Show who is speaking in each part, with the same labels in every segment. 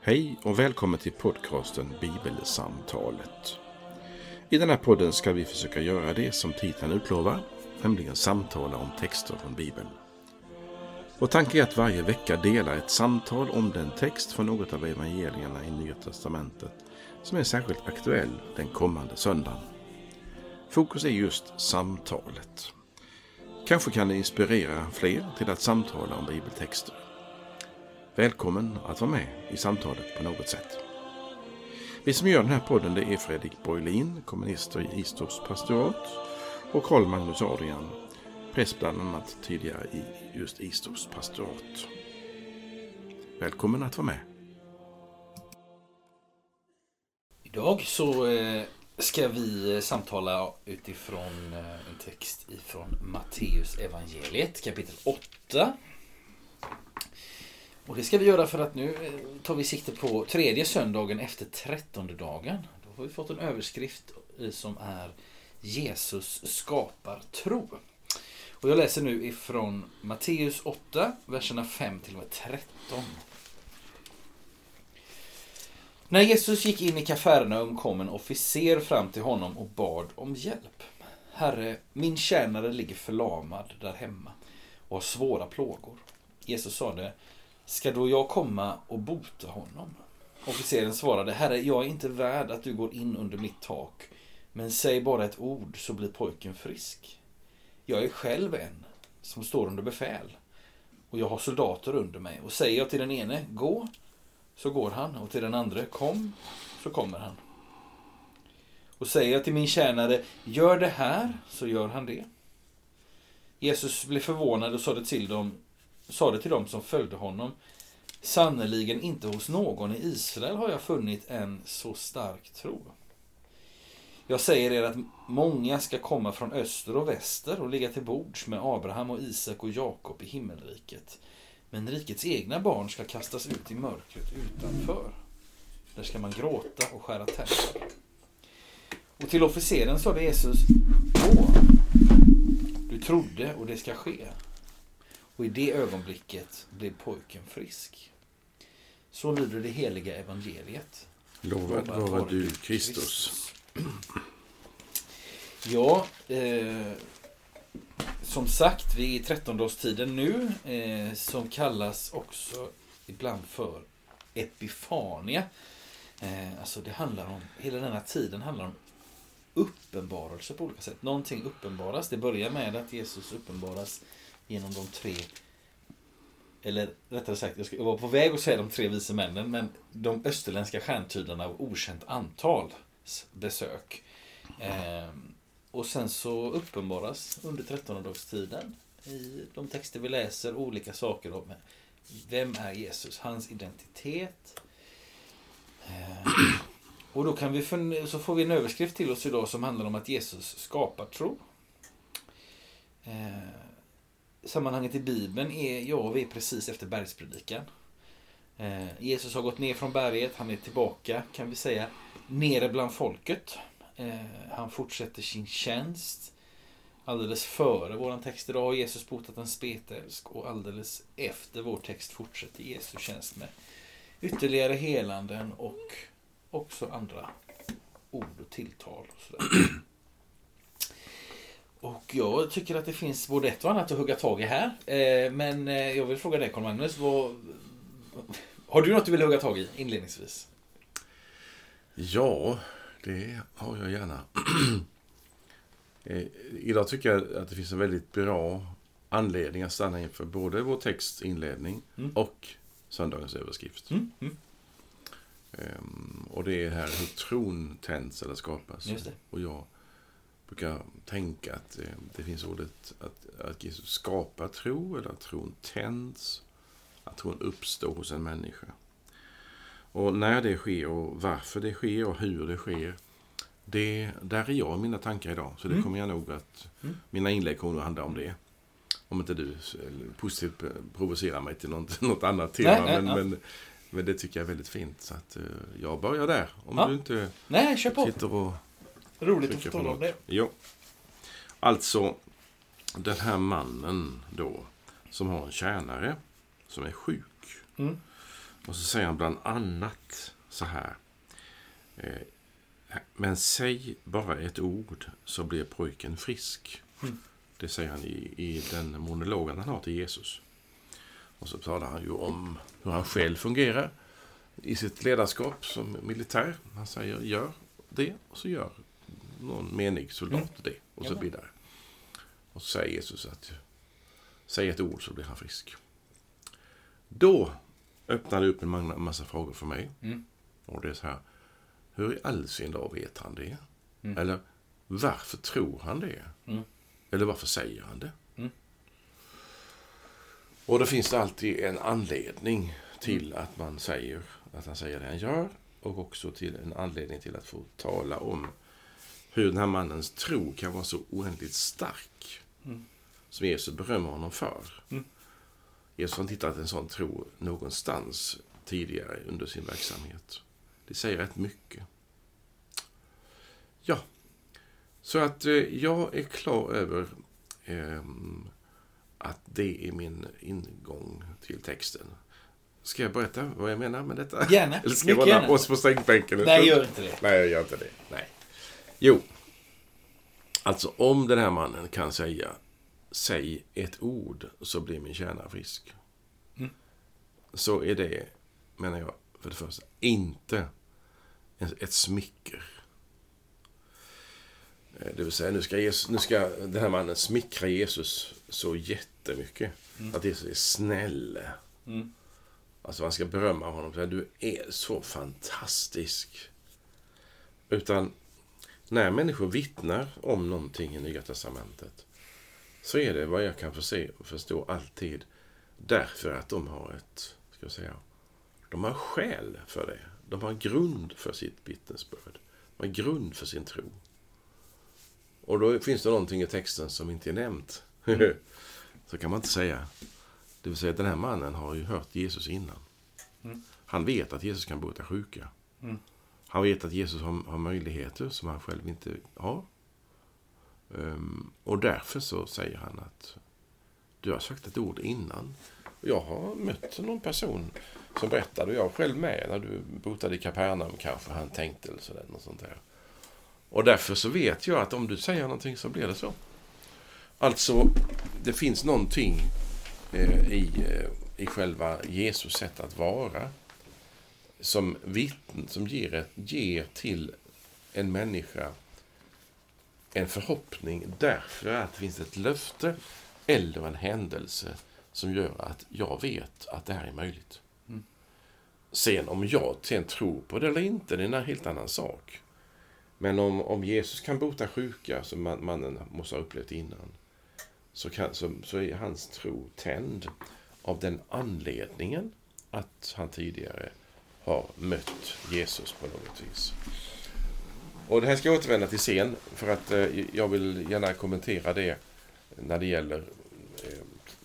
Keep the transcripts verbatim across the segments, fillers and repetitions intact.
Speaker 1: Hej och välkommen till podcasten Bibelsamtalet. I den här podden ska vi försöka göra det som titeln utlovar, nämligen samtala om texter från Bibeln. Och tanken är att varje vecka dela ett samtal om den text från något av evangelierna i Nya testamentet som är särskilt aktuell den kommande söndagen. Fokus är just samtalet. Kanske kan det inspirera fler till att samtala om bibeltexter. Välkommen att vara med i samtalet på något sätt. Vi som gör den här podden det är Fredrik Borglin, komminister i Istorps pastorat, och Carl Magnus Adrian, präst bland annat tidigare i just Istorps pastorat. Välkommen att vara med.
Speaker 2: Idag så ska vi samtala utifrån en text ifrån Matteus evangeliet kapitel åtta. Och det ska vi göra för att nu tar vi sikte på tredje söndagen efter trettonde dagen. Då har vi fått en överskrift som är Jesus skapar tro. Och jag läser nu ifrån Matteus åtta, verserna fem till och med tretton. När Jesus gick in i Kafarnaum kom en officer fram till honom och bad om hjälp. Herre, min tjänare ligger förlamad där hemma och har svåra plågor. Jesus sa det. Ska då jag komma och bota honom? Officeren svarade, Herre, jag är inte värd att du går in under mitt tak, men säg bara ett ord så blir pojken frisk. Jag är själv en som står under befäl, och jag har soldater under mig, och säger jag till den ene, gå, så går han, och till den andra, kom, så kommer han. Och säger jag till min tjänare, gör det här, så gör han det. Jesus blev förvånad och sa det till dem, sa det till dem som följde honom. Sannoliken inte hos någon i Israel har jag funnit en så stark tro. Jag säger er att många ska komma från öster och väster och ligga till bords med Abraham och Isak och Jakob i himmelriket. Men rikets egna barn ska kastas ut i mörkret utanför. Där ska man gråta och skära tänder. Och till officeren sa det Jesus, gå, du trodde och det ska ske. Och i det ögonblicket blev pojken frisk. Så lyder det heliga evangeliet.
Speaker 1: Lovad vare du Kristus.
Speaker 2: Ja, eh, som sagt, vi är i trettondagarstiden nu, eh, som kallas också ibland för Epifania. Eh, alltså det handlar om, hela denna tiden handlar om uppenbarelse på olika sätt. Någonting uppenbaras. Det börjar med att Jesus uppenbaras genom de tre, eller rättare sagt, jag, ska, jag var på väg att säga de tre vise männen, men de österländska stjärntydarna av okänt antal besök. Eh, och sen så uppenbaras under trettondagstiden i de texter vi läser olika saker om vem är Jesus, hans identitet. Eh, och då kan vi för, så får vi en överskrift till oss idag som handlar om att Jesus skapar tro. Eh, Sammanhanget i Bibeln är, ja, vi är precis efter bergspredikan. Eh, Jesus har gått ner från berget, han är tillbaka, kan vi säga, nere bland folket. Eh, han fortsätter sin tjänst. Alldeles före våran text idag har Jesus botat en spetälsk, och alldeles efter vår text fortsätter Jesus tjänst med ytterligare helanden och också andra ord och tilltal och sådär. Och jag tycker att det finns både ett och annat att hugga tag i här. Eh, men eh, jag vill fråga dig, Carl Magnus, vad, har du något du vill hugga tag i inledningsvis?
Speaker 1: Ja, det har jag gärna. eh, idag tycker jag att det finns en väldigt bra anledning att stanna inför både vår text inledning mm. och söndagens överskrift. Mm. Mm. Um, och det är här hur tron tänds eller skapas.
Speaker 2: Just det.
Speaker 1: Och jag brukar tänka att eh, det finns ordet att, att Jesus skapar tro, eller att tron tänds, att tron uppstår hos en människa. Och när det sker och varför det sker och hur det sker, det, där är jag mina tankar idag. Så det mm. kommer jag nog att, mm. mina inlägg kommer att handla om det. Om inte du positivt provocerar mig till något, något annat tema. Nej, nej, men, ja. men, men det tycker jag är väldigt fint. Så att, uh, jag börjar där. Om ja. du inte
Speaker 2: nej, kör på.
Speaker 1: sitter och
Speaker 2: roligt att få tala om det.
Speaker 1: Jo. Alltså, den här mannen då, som har en tjänare som är sjuk. Mm. Och så säger han bland annat så här. Men säg bara ett ord så blir pojken frisk. Mm. Det säger han i, i den monologen han har till Jesus. Och så talar han ju om hur han själv fungerar i sitt ledarskap som militär. Han säger gör det och så gör någon menig soldat mm. det och så ja. vidare. Och så säger Jesus att säg ett ord så blir han frisk. Då öppnar det upp en massa frågor för mig. Mm. Och det är så här. Hur i all sin dag vet han det? Mm. Eller varför tror han det? Mm. Eller varför säger han det? Mm. Och då finns det alltid en anledning till mm. att man säger att han säger det han gör. Och också till en anledning till att få tala om hur den här mannens tro kan vara så oändligt stark. Mm. Som Jesus berömmer honom för. Mm. Jesus har tittat en sån tro någonstans tidigare under sin verksamhet. Det säger rätt mycket. Ja, så att eh, jag är klar över eh, att det är min ingång till texten. Ska jag berätta vad jag menar med detta?
Speaker 2: Gärna.
Speaker 1: Eller ska jag vara gärna. Oss på strängbänken?
Speaker 2: Nej, gör inte det.
Speaker 1: Nej, jag gör inte det. Nej. Jo, alltså om den här mannen kan säga säg ett ord så blir min tjänare frisk. Mm. Så är det, menar jag, för det första, inte ett smicker. Det vill säga, nu ska, Jesus, nu ska den här mannen smickra Jesus så jättemycket. Mm. Att Jesus är snäll. Mm. Alltså man ska berömma honom. Du är så fantastisk. Utan när människor vittnar om någonting i Nya testamentet så är det vad jag kan få se och förstå alltid därför att de har ett, ska jag säga, de har skäl för det. De har grund för sitt vittnesbörd. De har grund för sin tro. Och då finns det någonting i texten som inte är nämnt. Mm. Så kan man inte säga. Det vill säga att den här mannen har ju hört Jesus innan. Mm. Han vet att Jesus kan bota sjuka. Mm. Han vet att Jesus har, har möjligheter som han själv inte har. Um, och därför så säger han att du har sagt ett ord innan. Jag har mött någon person som berättade, och jag själv med, när du botade i Kapernaum kanske han tänkte eller sådär, något sånt där. Och därför så vet jag att om du säger någonting så blir det så. Alltså, det finns någonting eh, i, eh, i själva Jesus sätt att vara som vittn, som ger, ett, ger till en människa en förhoppning därför att det finns ett löfte eller en händelse som gör att jag vet att det här är möjligt. Mm. Sen om jag sen tror på det eller inte, det är en helt annan sak. Men om, om Jesus kan bota sjuka som man, mannen måste ha upplevt innan, så, kan, så, så är hans tro tänd av den anledningen att han tidigare har mött Jesus på något vis. Och det här ska jag återvända till sen, för att eh, jag vill gärna kommentera det när det gäller eh,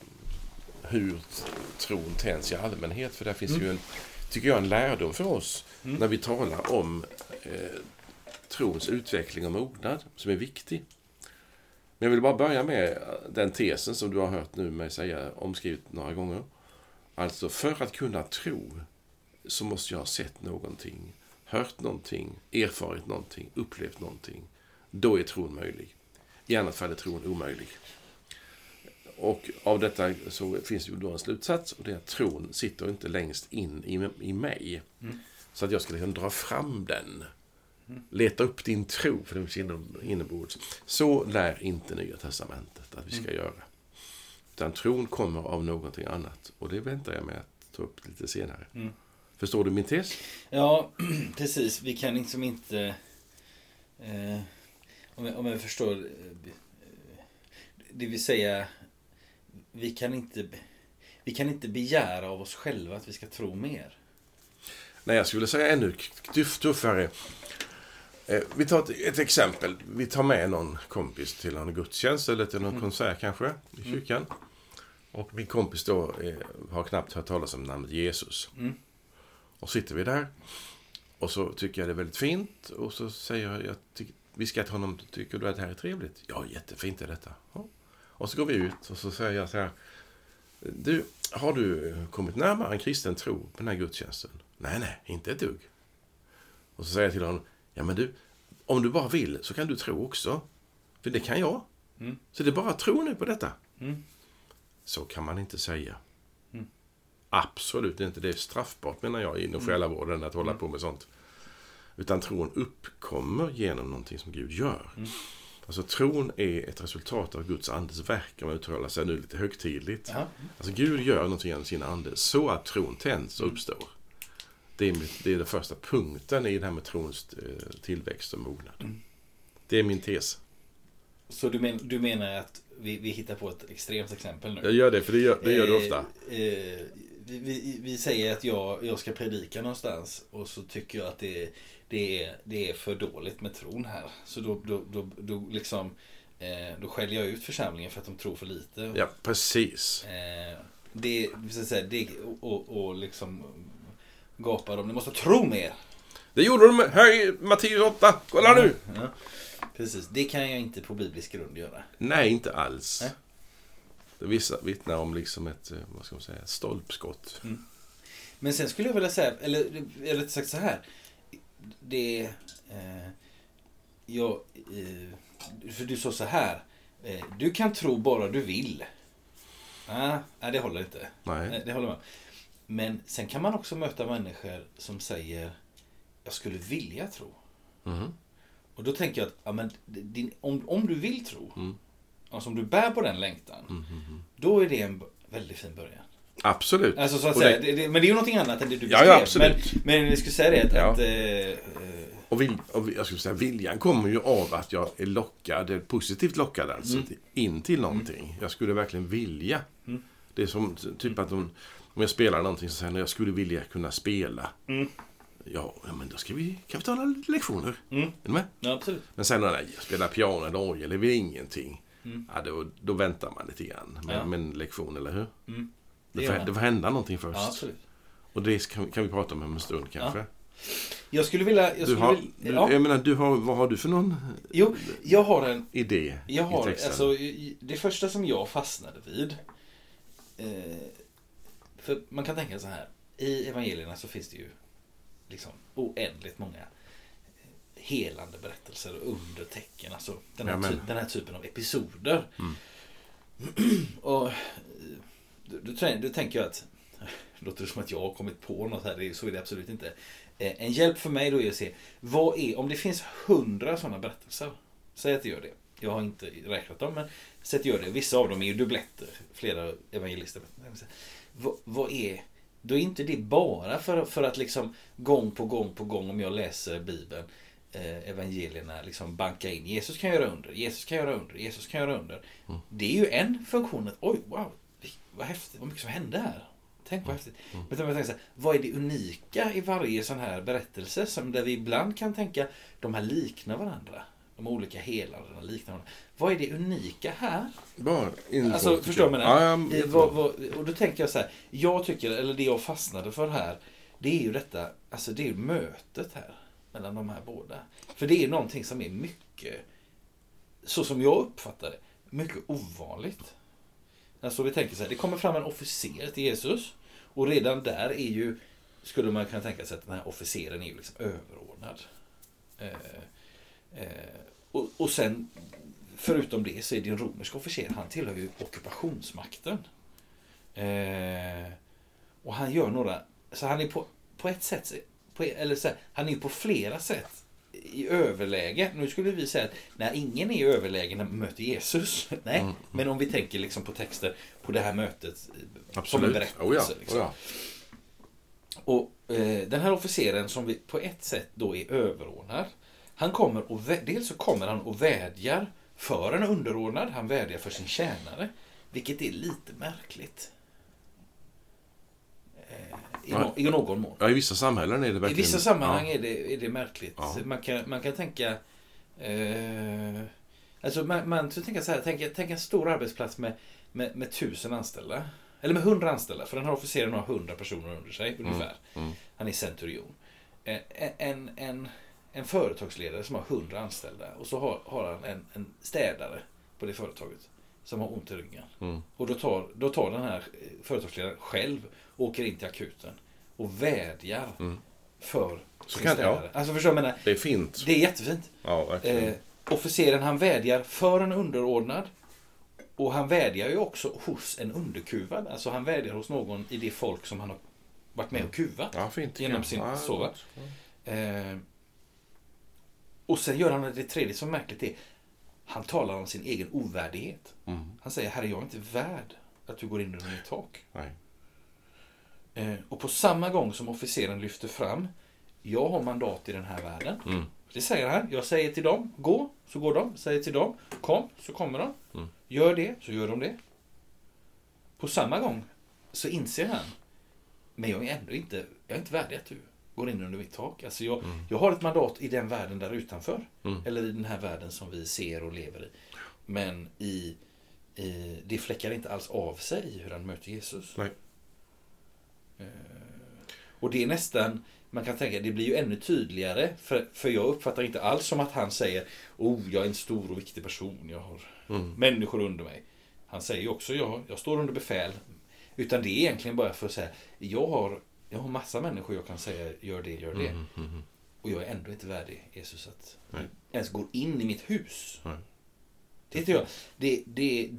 Speaker 1: hur tron tänds i allmänhet. För där finns mm. ju en, tycker jag, en lärdom för oss mm. när vi talar om eh, trons utveckling och mognad som är viktig. Men jag vill bara börja med den tesen som du har hört nu mig säga omskrivet några gånger. Alltså, för att kunna tro så måste jag ha sett någonting, hört någonting, erfarit någonting, upplevt någonting. Då är tron möjlig. I annat fall är tron omöjlig. Och av detta så finns ju då en slutsats, och det är att tron sitter inte längst in i, i mig. Mm. Så att jag ska liksom dra fram den. Mm. Leta upp din tro för den innebords. Så lär inte Nya testamentet att vi ska mm. göra. Utan tron kommer av någonting annat. Och det väntar jag med att ta upp lite senare. Mm. Förstår du min tes?
Speaker 2: Ja, precis. Vi kan liksom inte... Eh, om, jag, om jag förstår... Eh, det vill säga... Vi kan inte... Vi kan inte begära av oss själva att vi ska tro mer.
Speaker 1: Nej, jag skulle säga ännu tuffare. Eh, vi tar ett, ett exempel. Vi tar med någon kompis till en gudstjänst eller till någon mm. konsert kanske i kyrkan. Mm. Och min kompis då eh, har knappt hört talas om namnet Jesus. Mm. Och sitter vi där. Och så tycker jag det är väldigt fint. Och så säger jag, jag tycker, vi ska till honom, tycker du att det här är trevligt? Ja, jättefint är detta. Ja. Och så går vi ut och så säger jag så här. Du, har du kommit närmare en kristen tro på den här gudstjänsten? Nej, nej, inte ett dugg. Och så säger jag till honom, ja men du, om du bara vill så kan du tro också. För det kan jag. Mm. Så det är bara tro nu på detta. Mm. Så kan man inte säga. Mm. Absolut inte. Det är straffbart, menar jag, inom själavården att hålla på med sånt. Utan tron uppkommer genom någonting som Gud gör. Mm. Alltså tron är ett resultat av Guds andes verk, om man uttalar sig nu lite högtidligt. Mm. Alltså Gud gör någonting genom sin ande så att tron tänds och uppstår. Det är, det är den första punkten i det här med trons tillväxt och mognad. Mm. Det är min tes.
Speaker 2: Så du, men, du menar att vi, vi hittar på ett extremt exempel nu?
Speaker 1: Jag gör det, för det gör, det gör du ofta.
Speaker 2: Eh, eh, vi, vi, vi säger att jag, jag ska predika någonstans och så tycker jag att det, det, är, det är för dåligt med tron här. Så då, då, då, då, liksom, eh, då skäller jag ut församlingen för att de tror för lite.
Speaker 1: Ja, precis.
Speaker 2: Eh, det, så att säga, det och, och liksom gapar de, ni måste tro mer.
Speaker 1: Det gjorde de här i Matteus åtta, kolla nu!
Speaker 2: Ja, precis, det kan jag inte på biblisk grund göra.
Speaker 1: Nej, inte alls. Nej. Det vissa vittnar om liksom ett, vad ska man säga, stolpskott. Mm.
Speaker 2: Men sen skulle jag vilja säga, eller rättare sagt så här, det eh, jag, eh, för du sa så här, eh, du kan tro bara du vill. Ah, nej, det håller inte.
Speaker 1: Nej.
Speaker 2: Det håller man. Men sen kan man också möta människor som säger, jag skulle vilja tro. Mm. Och då tänker jag att ja, men din, om, om du vill tro, mm. alltså om du bär på den längtan, mm, mm, mm. då är det en väldigt fin början.
Speaker 1: Absolut.
Speaker 2: Alltså, så att säga, det, det, men det är ju någonting annat än det du beskrev.
Speaker 1: Ja, ja, absolut.
Speaker 2: Men, men vi skulle säga det att...
Speaker 1: Ja.
Speaker 2: att eh,
Speaker 1: och, vill, och jag skulle säga, viljan kommer ju av att jag är lockad, är positivt lockad alltså, mm. in till någonting. Mm. Jag skulle verkligen vilja. Mm. Det är som typ att om, om jag spelar någonting så säger jag, jag skulle vilja kunna spela. Mm. Ja, men då ska vi, kan vi ta några lektioner. Mm. Är du med?
Speaker 2: Ja, absolut.
Speaker 1: Men sen när jag spelar piano eller orgel eller vill ingenting. Mm. Ja, då, då väntar man lite grann med, ja. med en lektion, eller hur? Mm. Det, det, får, det får hända någonting först.
Speaker 2: Ja, absolut.
Speaker 1: Och det kan, kan vi prata om en stund kanske. Ja.
Speaker 2: Jag skulle vilja... Jag, skulle
Speaker 1: du har,
Speaker 2: vilja,
Speaker 1: du,
Speaker 2: ja.
Speaker 1: jag menar, du har, vad har du för någon
Speaker 2: jo, jag har en
Speaker 1: idé
Speaker 2: jag har,
Speaker 1: i texten?
Speaker 2: Alltså, det första som jag fastnade vid... Eh, för man kan tänka så här. I evangelierna så finns det ju liksom oändligt många helande berättelser och undertecken. Alltså den här, ty- den här typen av episoder. Mm. Och då, då, då tänker jag att det låter som att jag har kommit på något här. Så är det absolut inte. En hjälp för mig då är att se vad är, om det finns hundra sådana berättelser. Säg att det gör det. Jag har inte räknat dem, men säg att det gör det. Vissa av dem är ju dubbletter. Flera evangelister. Vad, vad är... Då är inte det bara för, för att liksom gång på gång på gång om jag läser Bibeln, eh, evangelierna, liksom banka in Jesus kan göra under, Jesus kan göra under, Jesus kan göra under. Mm. Det är ju en funktion att, oj, wow, vad häftigt, vad mycket som hände här. Tänk vad häftigt. Mm. Men jag tänker så här, vad är det unika i varje sån här berättelse som där vi ibland kan tänka, de här liknar varandra. De olika helarna liknar varandra. Vad är det unika här?
Speaker 1: Bara
Speaker 2: alltså, förstår man det? Ja, ja, vad, vad, och då tänker jag så här, jag tycker, eller det jag fastnade för här, det är ju detta, alltså det är ju mötet här mellan de här båda. För det är någonting som är mycket, så som jag uppfattar det, mycket ovanligt. Alltså vi tänker så här, det kommer fram en officer till Jesus och redan där är ju, skulle man kunna tänka sig att den här officeren är ju liksom överordnad. Eh, eh, och, och sen förutom det så är det en romersk officer. Han tillhör ju ockupationsmakten. Eh, och han gör några... Så han är på, på ett sätt... På, eller så här, han är ju på flera sätt i överläge. Nu skulle vi säga att när ingen är i överläge när man möter Jesus. Nej, mm, mm. Men om vi tänker liksom på texter på det här mötet.
Speaker 1: Absolut.
Speaker 2: Som en berättelse.
Speaker 1: Oh ja,
Speaker 2: liksom.
Speaker 1: oh ja.
Speaker 2: Och eh, den här officeren som vi på ett sätt då är överordnad. Han kommer och vä- dels så kommer han och vädjar för en underordnad. Han vädjar för sin tjänare. Vilket är lite märkligt. Eh, i, no- I någon mån.
Speaker 1: Ja, i vissa samhällen är det verkligen...
Speaker 2: I vissa sammanhang ja. är, det, är det märkligt.
Speaker 1: Ja.
Speaker 2: Man, kan, man kan tänka... Eh, alltså man, man så tänka så här. Tänk, tänk en stor arbetsplats med, med, med tusen anställda. Eller med hundra anställda. För den här officeren har hundra personer under sig ungefär. Mm. Mm. Han är centurion. En... en, en En företagsledare som har hundra anställda och så har, har han en, en städare på det företaget som har ont i ryggen.
Speaker 1: Mm.
Speaker 2: Och då tar, då tar den här företagsledaren själv, åker in till akuten och vädjar mm. för
Speaker 1: så kan, ja.
Speaker 2: Alltså förstår jag menar,
Speaker 1: det är fint.
Speaker 2: Det är jättefint.
Speaker 1: Ja, verkligen.
Speaker 2: Eh, officeren han vädjar för en underordnad. Och han vädjar ju också hos en underkuvad. Alltså han vädjar hos någon i det folk som han har varit med och kuvat.
Speaker 1: Ja, fint.
Speaker 2: Genom sin
Speaker 1: ja,
Speaker 2: sova. Ja. Eh, och sen gör han det tredje som märkligt är. Han talar om sin egen ovärdighet. Mm. Han säger, herre, jag är inte värd att du går in under mitt tak.
Speaker 1: Nej.
Speaker 2: Eh, och på samma gång som officeren lyfter fram, jag har mandat i den här världen. Mm. Det säger han. Jag säger till dem, gå, så går de. Säger till dem, kom, så kommer de. Mm. Gör det, så gör de det. På samma gång så inser han, men jag är ändå inte, jag är inte värdig att du går in under mitt tak. Alltså jag, mm. jag har ett mandat i den världen där utanför. Mm. Eller i den här världen som vi ser och lever i. Men i, i det fläckar inte alls av sig hur han möter Jesus.
Speaker 1: Nej.
Speaker 2: Uh, och det är nästan, man kan tänka, det blir ju ännu tydligare. För, för jag uppfattar inte alls som att han säger, oh, jag är en stor och viktig person. Jag har mm. människor under mig. Han säger ju också, jag, jag står under befäl. Utan det är egentligen bara för att säga, jag har, jag har massa människor jag kan säga, gör det, gör det. Mm, mm, mm. Och jag är ändå inte värdig, Jesus, att Nej. ens gå in i mitt hus. Nej. Det tycker jag, det, det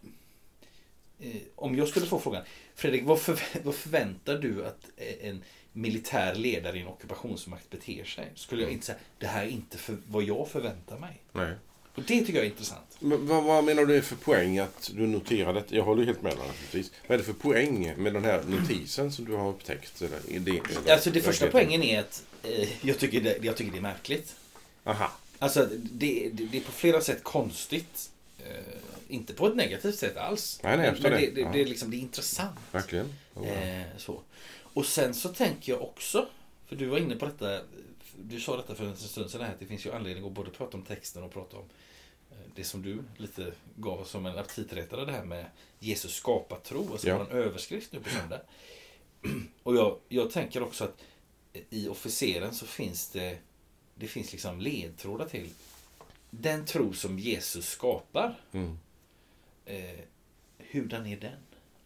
Speaker 2: eh, om jag skulle få frågan, Fredrik, vad, för, vad förväntar du att en militär ledare i en ockupationsmakt beter sig? Skulle jag inte säga, det här är inte för vad jag förväntar mig.
Speaker 1: Nej.
Speaker 2: Och det tycker jag är intressant.
Speaker 1: Men vad, vad menar du är för poäng att du noterar det? Jag håller helt med naturligtvis. Vad är det för poäng med den här notisen som du har upptäckt? Eller, det, eller,
Speaker 2: alltså det första poängen är att eh, jag, tycker det, jag tycker det är märkligt.
Speaker 1: Aha.
Speaker 2: Alltså det, det, det är på flera sätt konstigt. Eh, inte på ett negativt sätt alls.
Speaker 1: Nej, nej,
Speaker 2: men men det,
Speaker 1: det.
Speaker 2: Det,
Speaker 1: Ja.
Speaker 2: det, är liksom, det är intressant.
Speaker 1: Verkligen.
Speaker 2: Eh, så. Och sen så tänker jag också, för du var inne på detta, du sa detta för en stund sedan här, att det finns ju anledning att både prata om texten och prata om det som du lite gav som en aptiträttare, det här med Jesus skapartro, alltså ja. en överskrift nu på söndag. Och jag, jag tänker också att i officeren så finns det det finns liksom ledtrådar till den tro som Jesus skapar. Mm. Eh, hurdan är den?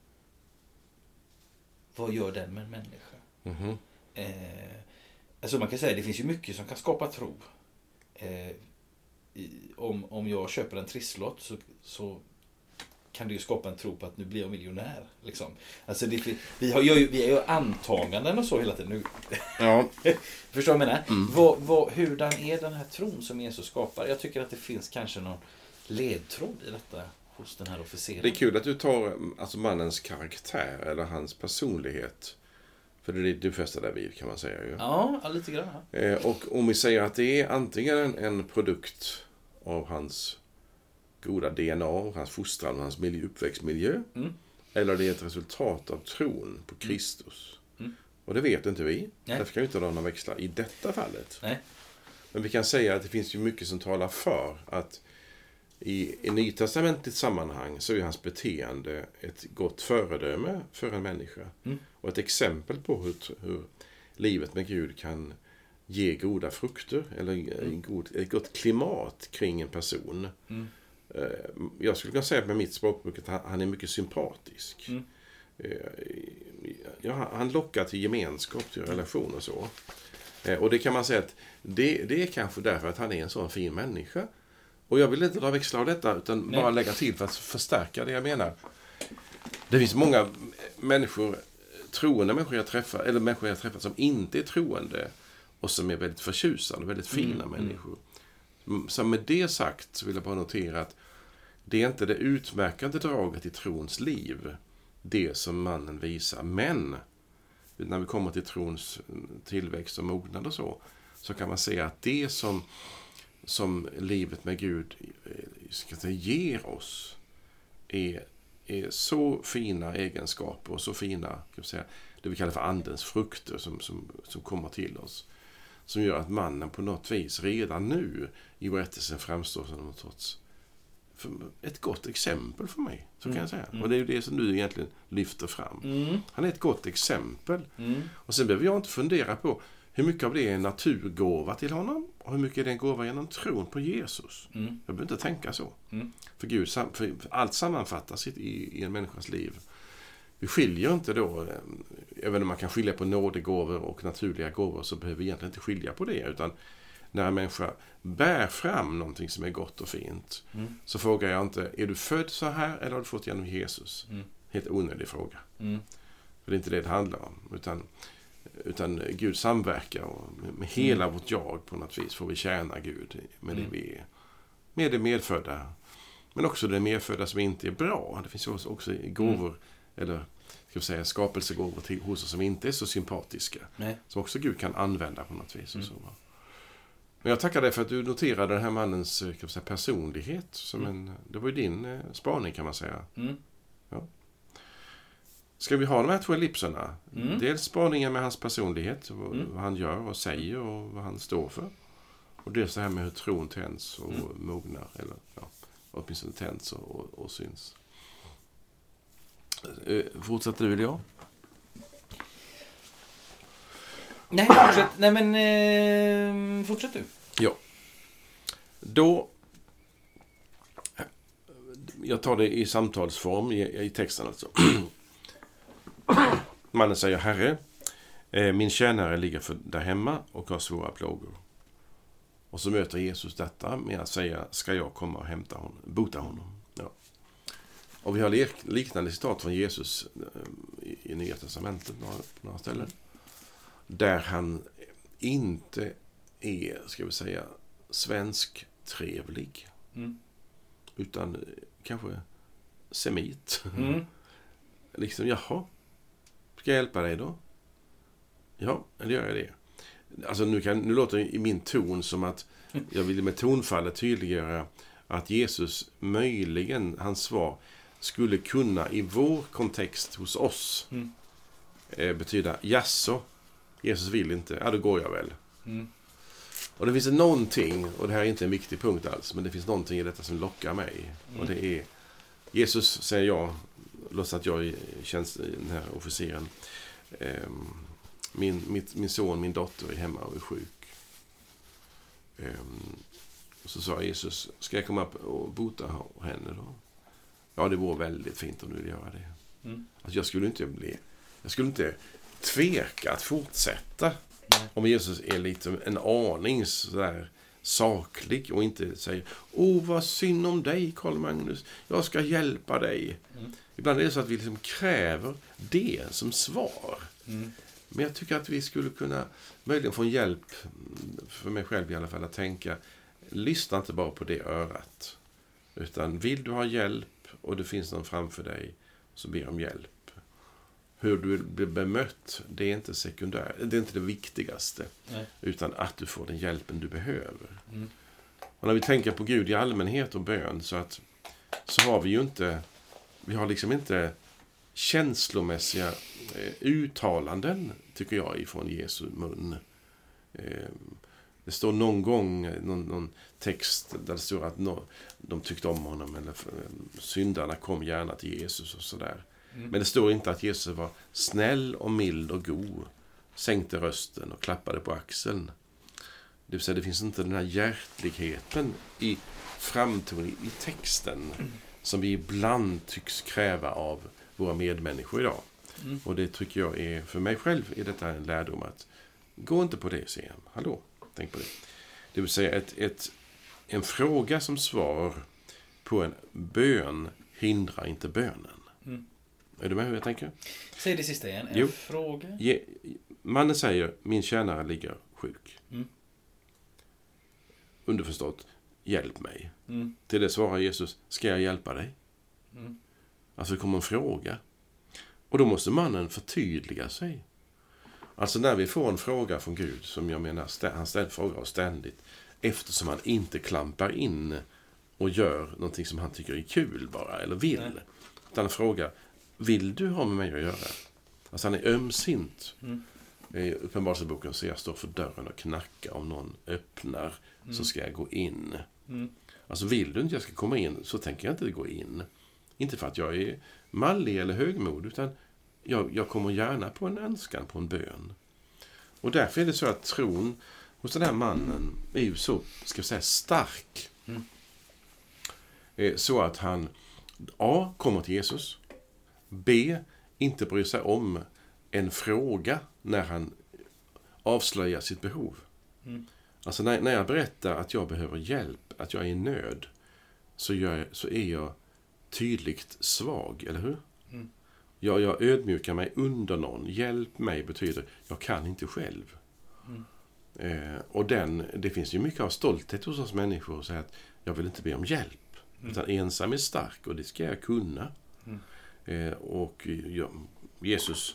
Speaker 2: Vad gör den med en människa? Mm. Eh, alltså man kan säga, det finns ju mycket som kan skapa tro. Eh, i, om, om jag köper en trisslott så, så kan det ju skapa en tro på att nu blir jag miljonär. Liksom. Alltså det, vi har ju vi har ju antaganden och så hela tiden nu.
Speaker 1: Ja.
Speaker 2: Förstår du vad jag menar? Mm. Vad, vad, hurdan är den här tron som Jesus skapar? Jag tycker att det finns kanske någon ledtråd i detta hos den här officeren.
Speaker 1: Det är kul att du tar alltså mannens karaktär eller hans personlighet. För det är det du fäster där vid, kan man säga. Ju.
Speaker 2: Ja, lite grann.
Speaker 1: Eh, och om vi säger att det är antingen en, en produkt av hans goda D N A, hans fostran och hans miljö, uppväxtmiljö. Mm. Eller det är ett resultat av tron på Kristus. Mm. Och det vet inte vi. Nej. Därför kan vi inte dra några växlar i detta fallet.
Speaker 2: Nej.
Speaker 1: Men vi kan säga att det finns ju mycket som talar för att i en nytestamentligt sammanhang så är hans beteende ett gott föredöme för en människa. Mm. Och ett exempel på hur, hur livet med Gud kan ge goda frukter eller en god, ett gott klimat kring en person. Mm. Jag skulle kunna säga med mitt språkbruk att han är mycket sympatisk. Mm. Ja, han lockar till gemenskap, till relation och så. Och det kan man säga att det, det är kanske därför att han är en sån fin människa. Och jag vill inte dra växlar av detta utan Nej. bara lägga till för att förstärka det jag menar. Det finns många människor, troende människor jag träffar, eller människor jag träffar som inte är troende och som är väldigt förtjusande, väldigt fina mm. människor. Så med det sagt så vill jag bara notera att det är inte det utmärkande draget i trons liv, det som mannen visar. Men när vi kommer till trons tillväxt och mognad och så, så kan man säga att det som, som livet med Gud ska säga, ger oss är, är så fina egenskaper och så fina, kan man säga, det vi kallar för andens frukter som, som, som kommer till oss. Som gör att mannen på något vis redan nu i berättelsen framstår som något sorts ett gott exempel för mig, så kan mm. jag säga. Mm. Och det är ju det som du egentligen lyfter fram. Mm. Han är ett gott exempel. Mm. Och sen behöver jag inte fundera på hur mycket av det är en naturgåva till honom och hur mycket är det en gåva genom tron på Jesus.
Speaker 2: Mm.
Speaker 1: Jag behöver inte tänka så.
Speaker 2: Mm.
Speaker 1: För Gud, för allt sammanfattas i, i en människas liv. Vi skiljer inte då, även om man kan skilja på nådegåvor och naturliga gåvor, så behöver vi egentligen inte skilja på det, utan när en människa bär fram någonting som är gott och fint, mm. så frågar jag inte, är du född så här eller har du fått genom Jesus? Mm. Helt onödig fråga. Mm. För det är inte det det handlar om, utan, utan Gud samverkar och med hela mm. vårt jag på något vis får vi tjäna Gud med mm. det vi är. Med det medfödda, men också det medfödda som inte är bra. Det finns också, också gåvor, mm. eller ska vi säga skapelsegåvor till, hos oss som inte är så sympatiska. Nej. Som också Gud kan använda på något vis. Och så. Men jag tackar dig för att du noterade den här mannens kan vi säga, personlighet. Som mm. en, det var ju din eh, spaning kan man säga. Mm. Ja. Ska vi ha de här två ellipserna? Mm. Dels spaningen med hans personlighet, vad, mm. vad han gör och säger och vad han står för. Och dels det här med hur tron tänds och mm. mognar, eller ja, åtminstone tänds och, och, och syns. Fortsätter du eller jag?
Speaker 2: Nej, fortsätt. Nej men eh, fortsätt du.
Speaker 1: Ja. Då jag tar det i samtalsform i, i texten alltså. Mannen säger: Herre, eh, min tjänare ligger för där hemma och har svåra plågor. Och så möter Jesus detta med att säga: ska jag komma och hämta honom, bota honom? Ja. Och vi har liknande citat från Jesus i, i Nya testamentet några, några ställen. Där han inte är, ska vi säga, svensk trevlig. Mm. Utan kanske semit. Mm. Liksom, jaha, ska jag hjälpa dig då? Ja, eller gör jag det? Alltså nu, kan, nu låter det i min ton som att jag vill med tonfallet tydliggöra att Jesus möjligen, hans svar, skulle kunna i vår kontext hos oss mm. eh, betyda: jaså, Jesus vill inte, ja då går jag väl. Mm. Och det finns någonting, och det här är inte en viktig punkt alls, men det finns någonting i detta som lockar mig. Mm. Och det är, Jesus säger jag, låtsas att jag känns den här officeren, eh, min, mitt, min son, min dotter är hemma och är sjuk. Eh, och så sa Jesus: ska jag komma upp och bota henne då? Ja, det vore väldigt fint om du vill göra det. Mm. Alltså jag skulle inte bli, jag skulle inte tveka att fortsätta. Mm. Om Jesus är lite en aning så där saklig och inte säger: åh, vad synd om dig, Karl Magnus, jag ska hjälpa dig. Mm. Ibland är det så att vi liksom kräver det som svar. Mm. Men jag tycker att vi skulle kunna möjligen få en hjälp, för mig själv i alla fall, att tänka: lyssna inte bara på det örat, utan vill du ha hjälp och det finns någon framför dig, så ber om hjälp. Hur du blir bemött, det är inte sekundärt, det är inte det viktigaste. Nej. Utan att du får den hjälpen du behöver. Mm. Och när vi tänker på Gud i allmänhet och bön, så att så har vi ju inte, vi har liksom inte känslomässiga eh, uttalanden, tycker jag, ifrån Jesu mun. Eh, det står någon gång någon, någon text där det står att no, de tyckte om honom, eller syndarna kom gärna till Jesus och sådär. Mm. Men det står inte att Jesus var snäll och mild och god, sänkte rösten och klappade på axeln. Det vill säga, det finns inte den här hjärtligheten i framtoning i texten mm. som vi ibland tycks kräva av våra medmänniskor idag. Mm. Och det tycker jag är, för mig själv är detta en lärdom, att gå inte på det, säger jag. Hallå, tänk på det. Det vill säga, ett, ett, en fråga som svar på en bön hindrar inte bönen. Mm. Är du med hur jag tänker?
Speaker 2: Säg det sista igen. En
Speaker 1: jo.
Speaker 2: fråga.
Speaker 1: Je, mannen säger: min tjänare ligger sjuk. Mm. Underförstått: hjälp mig. Mm. Till det svarar Jesus: ska jag hjälpa dig? Mm. Alltså det kommer en fråga. Och då måste mannen förtydliga sig. Alltså när vi får en fråga från Gud, som jag menar, han ställer frågor ständigt, eftersom han inte klampar in och gör någonting som han tycker är kul bara, eller vill. Nej. Utan han frågar: vill du ha med mig att göra? Alltså han är ömsint. Mm. I Uppenbarelseboken så jag står för dörren och knackar. Om någon öppnar mm. så ska jag gå in. Mm. Alltså vill du inte jag ska komma in, så tänker jag inte gå in. Inte för att jag är mallig eller högmod, utan jag, jag kommer gärna på en önskan, på en bön. Och därför är det så att tron hos den här mannen är ju så, ska jag säga, stark.
Speaker 2: Mm.
Speaker 1: Så att han A. kommer till Jesus. B. inte bryr sig om en fråga när han avslöjar sitt behov.
Speaker 2: Mm.
Speaker 1: Alltså när, när jag berättar att jag behöver hjälp, att jag är i nöd, så, jag, så är jag tydligt svag, eller hur?
Speaker 2: Mm.
Speaker 1: Jag, jag ödmjukar mig under någon. Hjälp mig betyder, jag kan inte själv.
Speaker 2: Mm.
Speaker 1: Eh, och den, det finns ju mycket av stolthet hos oss människor att säga att jag vill inte be om hjälp. Mm. Utan ensam är stark och det ska jag kunna. Mm. Eh, och ja, Jesus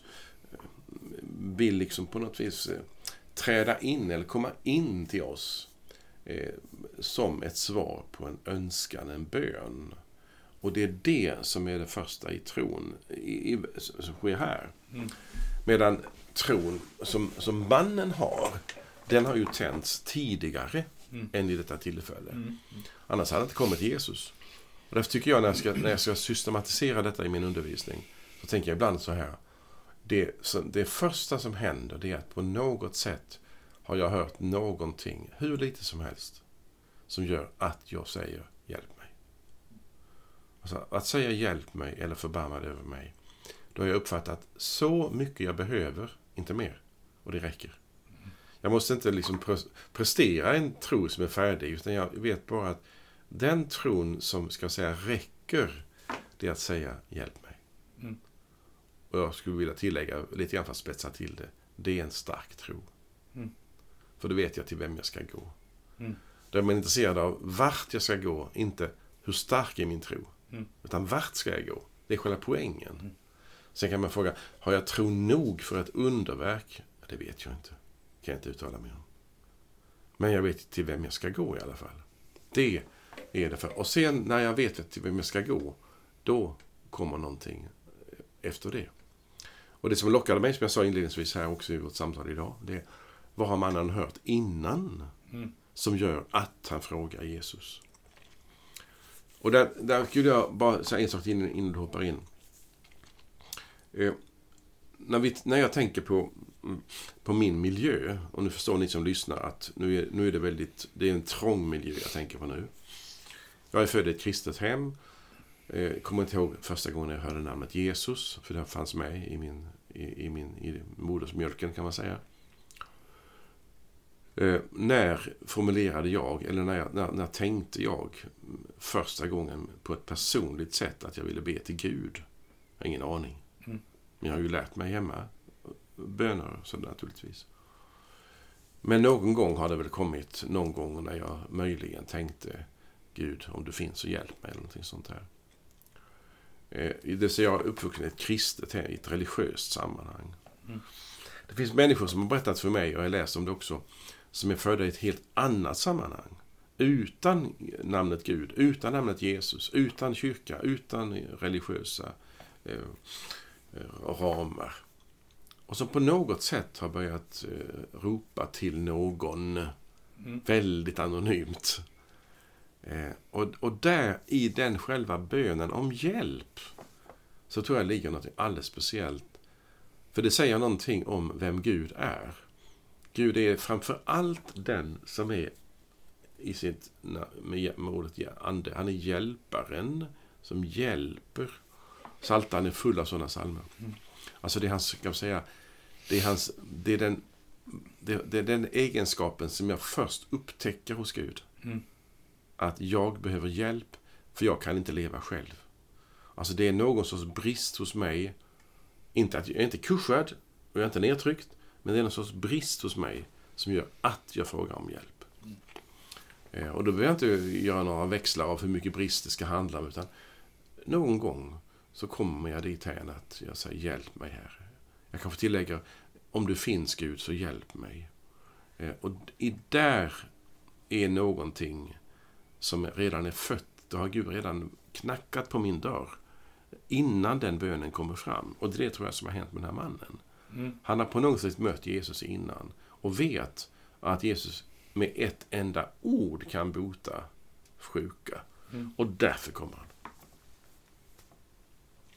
Speaker 1: vill liksom på något vis eh, träda in eller komma in till oss eh, som ett svar på en önskan, en bön. Och det är det som är det första i tron i, i, som sker här. Mm. Medan tron som, som mannen har, den har ju tänts tidigare mm. än i detta tillfälle. Mm. Mm. Annars hade det inte kommit till Jesus. Och därför tycker jag när jag, ska, när jag ska systematisera detta i min undervisning, så tänker jag ibland så här. Det, så, det första som händer, det är att på något sätt har jag hört någonting, hur lite som helst, som gör att jag säger hjälp mig. Alltså, att säga hjälp mig eller förbarma dig över mig, då har jag uppfattat så mycket jag behöver, inte mer. Och det räcker. Jag måste inte liksom prestera en tro som är färdig, utan jag vet bara att den tron som ska säga räcker, det är att säga hjälp mig. Mm. Och jag skulle vilja tillägga lite grann för att spetsa till det. Det är en stark tro. Mm. För då vet jag till vem jag ska gå. Mm. Då är man intresserad av vart jag ska gå, inte hur stark är min tro. Mm. Utan vart ska jag gå? Det är själva poängen. Mm. Sen kan man fråga, har jag tro nog för ett underverk? Det vet jag inte. Kan jag inte uttala mig om. Men jag vet till vem jag ska gå i alla fall. Det är det för. Och sen när jag vet till vem jag ska gå, då kommer någonting efter det. Och det som lockade mig, som jag sa inledningsvis här också i vårt samtal idag, det är, vad har mannen hört innan mm. som gör att han frågar Jesus? Och där, där skulle jag bara säga en sak innan, innan du hoppar in. Eh, när, vi, när jag tänker på, på min miljö, och nu förstår ni som lyssnar att nu är, nu är det väldigt, det är en trång miljö jag tänker på nu. Jag är född i ett kristet hem. Jag kommer inte ihåg första gången jag hörde namnet Jesus, för det fanns med i min, i, i min i modersmjölken kan man säga. Eh, när formulerade jag, eller när, jag, när, när tänkte jag första gången på ett personligt sätt att jag ville be till Gud? Jag har ingen aning. Mm. Men jag har ju lärt mig hemma böner så naturligtvis. Men någon gång har det väl kommit, någon gång när jag möjligen tänkte, Gud, om du finns så hjälp mig, eller någonting sånt här. Det ser jag uppvuxen i ett kristet, i ett religiöst sammanhang. Mm. Det finns människor som har berättat för mig, och jag läser om det också, som är födda i ett helt annat sammanhang. Utan namnet Gud, utan namnet Jesus, utan kyrka, utan religiösa eh, ramar. Och som på något sätt har börjat eh, ropa till någon mm. väldigt anonymt. Eh, och, och där i den själva bönen om hjälp så tror jag ligger något alldeles speciellt. För det säger någonting om vem Gud är. Gud är framför allt den som är i sitt, med, med ordet ande. Han är hjälparen som hjälper. Psaltaren är full av sådana psalmer. Mm. Alltså det är hans, kan jag säga, det är hans, det är den, det, det är den egenskapen som jag först upptäcker hos Gud. Mm. Att jag behöver hjälp, för jag kan inte leva själv. Alltså det är någon sorts brist hos mig. Inte att jag är inte kuschad och jag är inte nedtryckt, men det är någon sorts brist hos mig som gör att jag frågar om hjälp. Mm. Eh, och då behöver jag inte göra några växlar av hur mycket brist det ska handla om, utan någon gång så kommer jag dit här att jag säger hjälp mig här. Jag kan få tillägga, om du finns Gud så hjälp mig. Eh, och i där är någonting som redan är fött. Då har Gud redan knackat på min dörr innan den bönen kommer fram. Och det tror jag som har hänt med den här mannen. Mm. Han har på något sätt mött Jesus innan och vet att Jesus med ett enda ord kan bota sjuka. Mm. Och därför kommer han.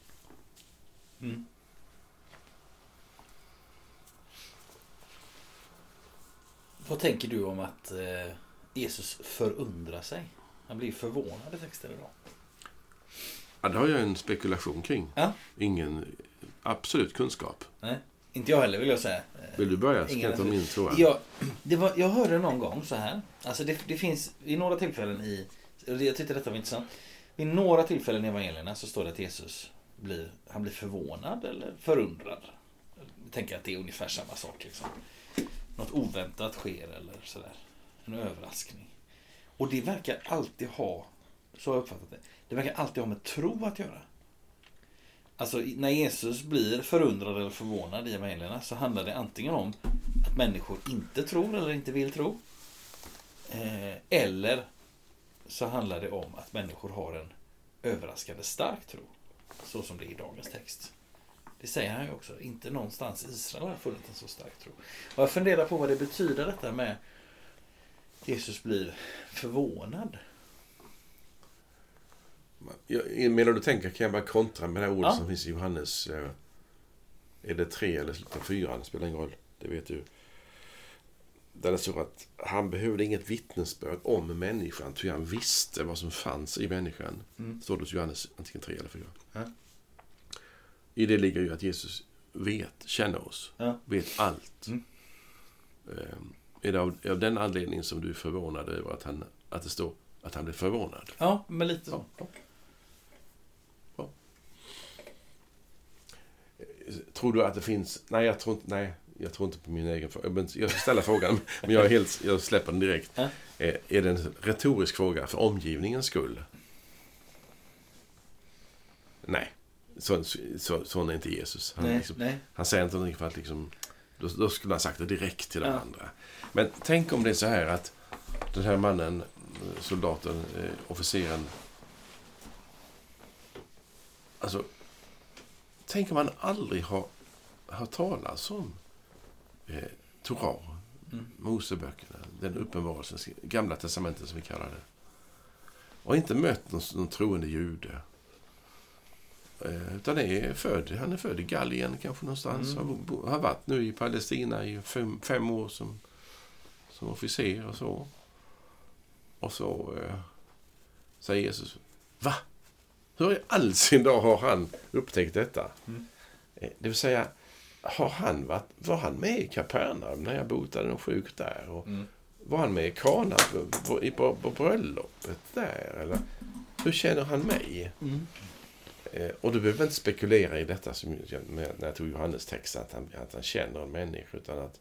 Speaker 1: Mm.
Speaker 2: Vad tänker du om att eh, Jesus förundrar sig? Han blir förvånad i texten idag.
Speaker 1: Ja, det har jag en spekulation kring.
Speaker 2: Ja.
Speaker 1: Ingen absolut kunskap.
Speaker 2: Nej, inte jag heller vill jag säga.
Speaker 1: Vill du börja? Ska jag ta min fråga?
Speaker 2: Jag, det var, jag hörde någon gång så här. Alltså det, det finns i några tillfällen i... Jag tyckte detta var intressant. Vid några tillfällen i evangelierna så står det att Jesus blir, han blir förvånad eller förundrad. Jag tänker att det är ungefär samma sak. Liksom. Något oväntat sker eller sådär. En överraskning. Och det verkar alltid ha, så har jag uppfattat det, det verkar alltid ha med tro att göra. Alltså när Jesus blir förundrad eller förvånad i evangelierna så handlar det antingen om att människor inte tror eller inte vill tro. Eh, eller så handlar det om att människor har en överraskande stark tro. Så som det är i dagens text. Det säger han ju också. Inte någonstans i Israel har funnit en så stark tro. Och jag funderar på vad det betyder detta med Jesus blir förvånad.
Speaker 1: Jag, medan du tänker kan jag bara kontra med det här ordet
Speaker 2: ja.
Speaker 1: som finns i Johannes. Är det tre eller slutar fyra? Det spelar ingen roll. Det vet du. Där det står att han behövde inget vittnesbörd om människan. Ty han visste vad som fanns i människan. Mm. Står det hos Johannes antingen tre eller fyra. Ja. I det ligger ju att Jesus vet, känner oss. Ja. Vet allt. Mm. Um, är det av, av den anledningen som du är förvånad över att, han, att det står att han blir förvånad?
Speaker 2: Ja, men lite så.
Speaker 1: Ja. Ja. Tror du att det finns... Nej, jag tror inte, nej, jag tror inte på min egen fråga. Jag ska ställa frågan, men jag, är helt, jag släpper den direkt. Ja. Är, är det en retorisk fråga för omgivningens skull? Nej. Så, så, så är inte Jesus. Han,
Speaker 2: nej,
Speaker 1: liksom,
Speaker 2: nej.
Speaker 1: han säger inte någonting för att liksom... Då, då skulle han sagt det direkt till de ja. andra. Men tänk om det är så här att den här mannen, soldaten, eh, officeren... Alltså, tänk om han aldrig har, har talat om eh, Torah, mm. Moseböckerna, den uppenbarelsen, gamla testamentet som vi kallar det. Och inte mött någon, någon troende jude. Utan är född, han är född i Gallien kanske någonstans. Mm. Har, har varit nu i Palestina i fem, fem år som, som officer och så. Och så eh, säger Jesus, va? Hur i all sin dag har han upptäckt detta? Mm. Eh, det vill säga, har han varit, var han med i Kapernaum när jag botade någon sjuk där? Och mm. var han med i Kana på, på, på, på bröllopet där? Eller hur känner han mig? Mm. Och du behöver inte spekulera i detta som med, när jag tog Johannes text att han, att han känner en människa, utan att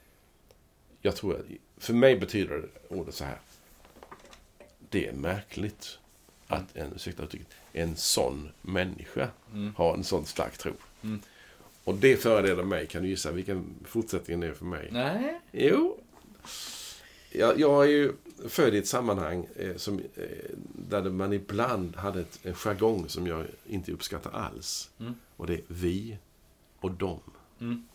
Speaker 1: jag tror att för mig betyder ordet så här: det är märkligt att en, ursäkta, en sån människa mm. har en sån stark tro. Mm. Och det föranleder mig, kan du gissa vilken fortsättningen är för mig?
Speaker 2: Nej.
Speaker 1: Jo. Jag, jag är ju född i ett sammanhang eh, som, eh, där man ibland hade ett, en jargong som jag inte uppskattar alls. Mm. Och det är vi och dem. Mm.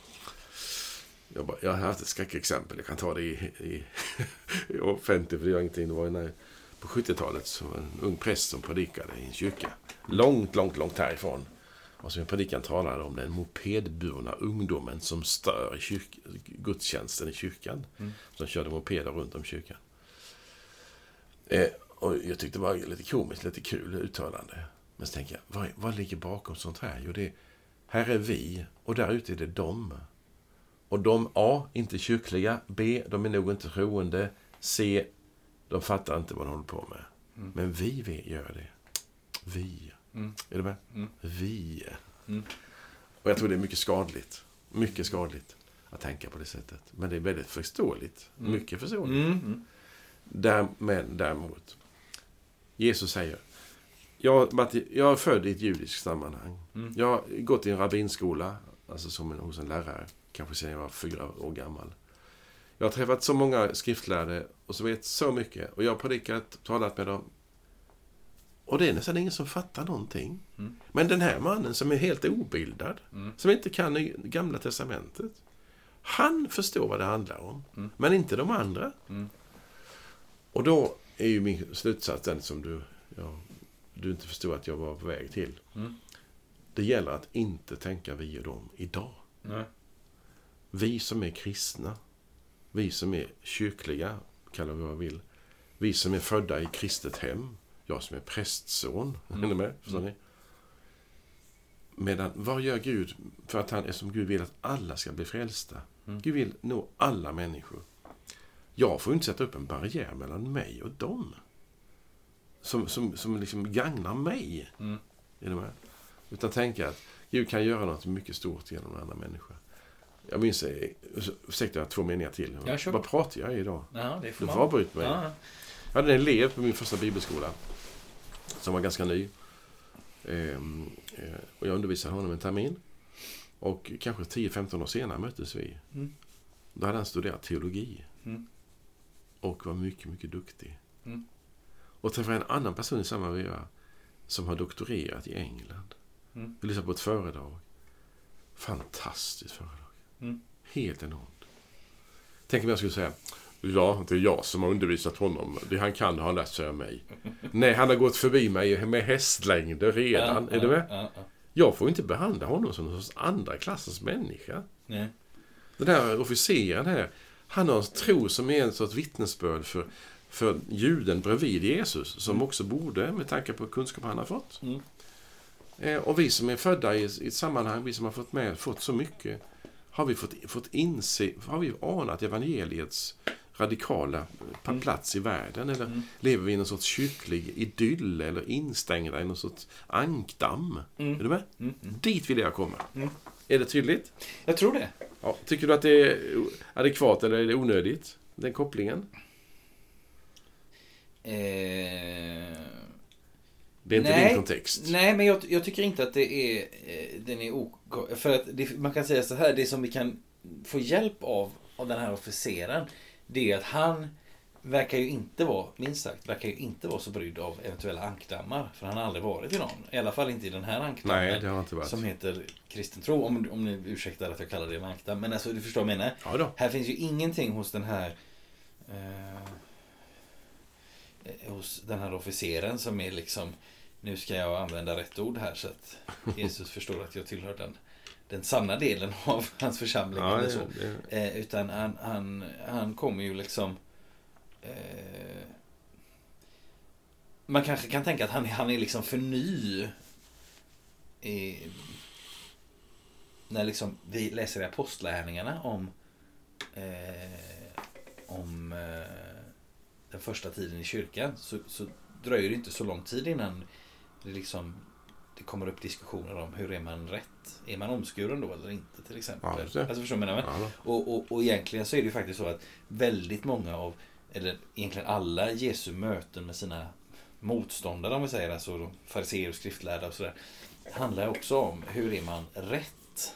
Speaker 1: Jag, bara, jag har haft ett skräckexempel. Jag kan ta det i, i, i offentligt, för det gör ingenting. Det var när, på sjuttiotalet så var en ung präst som predikade i en kyrka. Långt, långt, långt härifrån. Och så en predikan talade om den mopedburna ungdomen som stör i kyrk, gudstjänsten i kyrkan. Mm. Som körde mopeder runt om kyrkan. Eh, och jag tyckte det var lite komiskt, lite kul uttalande. Men så tänker jag, vad, vad ligger bakom sånt här? Jo, det, här är vi och där ute är det dem. Och de, A, inte kyrkliga. B, de är nog inte troende. C, de fattar inte vad de håller på med. Mm. Men vi, vi gör det. Vi. Mm. Är du med? Mm. Vi. Mm. Och jag tror det är mycket skadligt. Mycket skadligt att tänka på det sättet. Men det är väldigt förståeligt. Mm. Mycket förståeligt. Mm. Mm. Där, men däremot, Jesus säger, jag, jag är född i ett judiskt sammanhang. Mm. Jag har gått i en rabbinskola, alltså som en, hos en lärare, kanske sedan jag var fyra år gammal. Jag har träffat så många skriftlärare och så vet så mycket. Och jag har predikat, talat med dem. Och det är nästan ingen som fattar någonting. Mm. Men den här mannen som är helt obildad, mm. som inte kan i gamla testamentet, han förstår vad det handlar om. Mm. Men inte de andra. Mm. Och då är ju min slutsats den som du, ja, du inte förstår att jag var på väg till. Mm. Det gäller att inte tänka vi och dem idag. Mm. Vi som är kristna, Vi som är kyrkliga, kallar vi vad vi vill. Vi som är födda i kristet hem. Jag som är prästson. Mm. Är ni med? Förstår ni? Medan, vad gör Gud? För att han är som Gud vill att alla ska bli frälsta. Mm. Gud vill nå alla människor. Jag får inte sätta upp en barriär mellan mig och dem. Som, som, som liksom gagnar mig. Mm. Är ni med? Utan tänka att Gud kan göra något mycket stort genom en annan människa. Jag minns, ursäkta två meningar till.
Speaker 2: Ja,
Speaker 1: vad pratar jag idag?
Speaker 2: Ja, det får
Speaker 1: du får avbryta mig.
Speaker 2: Ja.
Speaker 1: Jag hade en elev på min första bibelskola som var ganska ny. Ehm, och jag undervisade honom en termin. Och kanske tio femton år senare möttes vi. Mm. Då hade han studerat teologi. Mm. Och var mycket, mycket duktig. Mm. Och träffade en annan person i samma veva som har doktorerat i England. Mm. Vi lyssnade på ett föredrag. Fantastiskt föredrag. Mm. Helt enormt. Tänk om jag skulle säga, ja, det är jag som har undervisat honom. Det han kan har han lärt sig av mig. Nej, han har gått förbi mig med hästlängder redan. Ja, är du med? Ja, ja. Jag får inte behandla honom som någon sorts andra klassens människa. Nej. Den här officeren här, han har en tro som är en sorts vittnesbörd för, för juden bredvid Jesus, som mm. också borde, med tanke på kunskap han har fått. Mm. Eh, och vi som är födda i, i ett sammanhang, vi som har fått med, fått så mycket, har vi fått, fått inse, har vi anat evangeliets radikala mm. plats i världen, eller mm. lever vi i någon sorts kyrklig idyll eller instängda i någon sorts ankdamm? Mm. Är du med? Mm. Dit vill jag komma. Mm. Är det tydligt?
Speaker 2: Jag tror det.
Speaker 1: Ja, tycker du att det är adekvat eller är det onödigt, den kopplingen?
Speaker 2: Eh...
Speaker 1: Det är inte
Speaker 2: nej,
Speaker 1: din kontext.
Speaker 2: Nej, men jag, jag tycker inte att det är den är ok- för att det, man kan säga så här, det som vi kan få hjälp av av den här officeren, det är att han verkar ju inte vara, minst sagt, verkar ju inte vara så brydd av eventuella ankdammar, för han har aldrig varit i någon. I alla fall inte i den här ankdammen.
Speaker 1: Nej, det har inte varit.
Speaker 2: Som heter kristen tro, om, om ni ursäktar att jag kallar det en ankdamm. Men alltså, du förstår vad jag menar.
Speaker 1: Ja då.
Speaker 2: Här finns ju ingenting hos den här eh, hos den här officeren som är liksom, nu ska jag använda rätt ord här så att Jesus förstår att jag tillhör den, den sanna delen av hans församling. Ja, eller så. Det, det. Eh, utan han, han, han kommer ju liksom eh, man kanske kan tänka att han, han är liksom för ny eh, när liksom vi läser i apostlärningarna om eh, om eh, den första tiden i kyrkan, så, så dröjer det inte så lång tid innan det liksom det kommer upp diskussioner om hur är man rätt? Är man omskuren då eller inte, till exempel? Ja, alltså förstår man det? Ja, och, och, och egentligen så är det ju faktiskt så att väldigt många av, eller egentligen alla Jesu möten med sina motståndare, om vi säger, alltså de fariseer och skriftlärda och sådär, handlar också om hur är man rätt?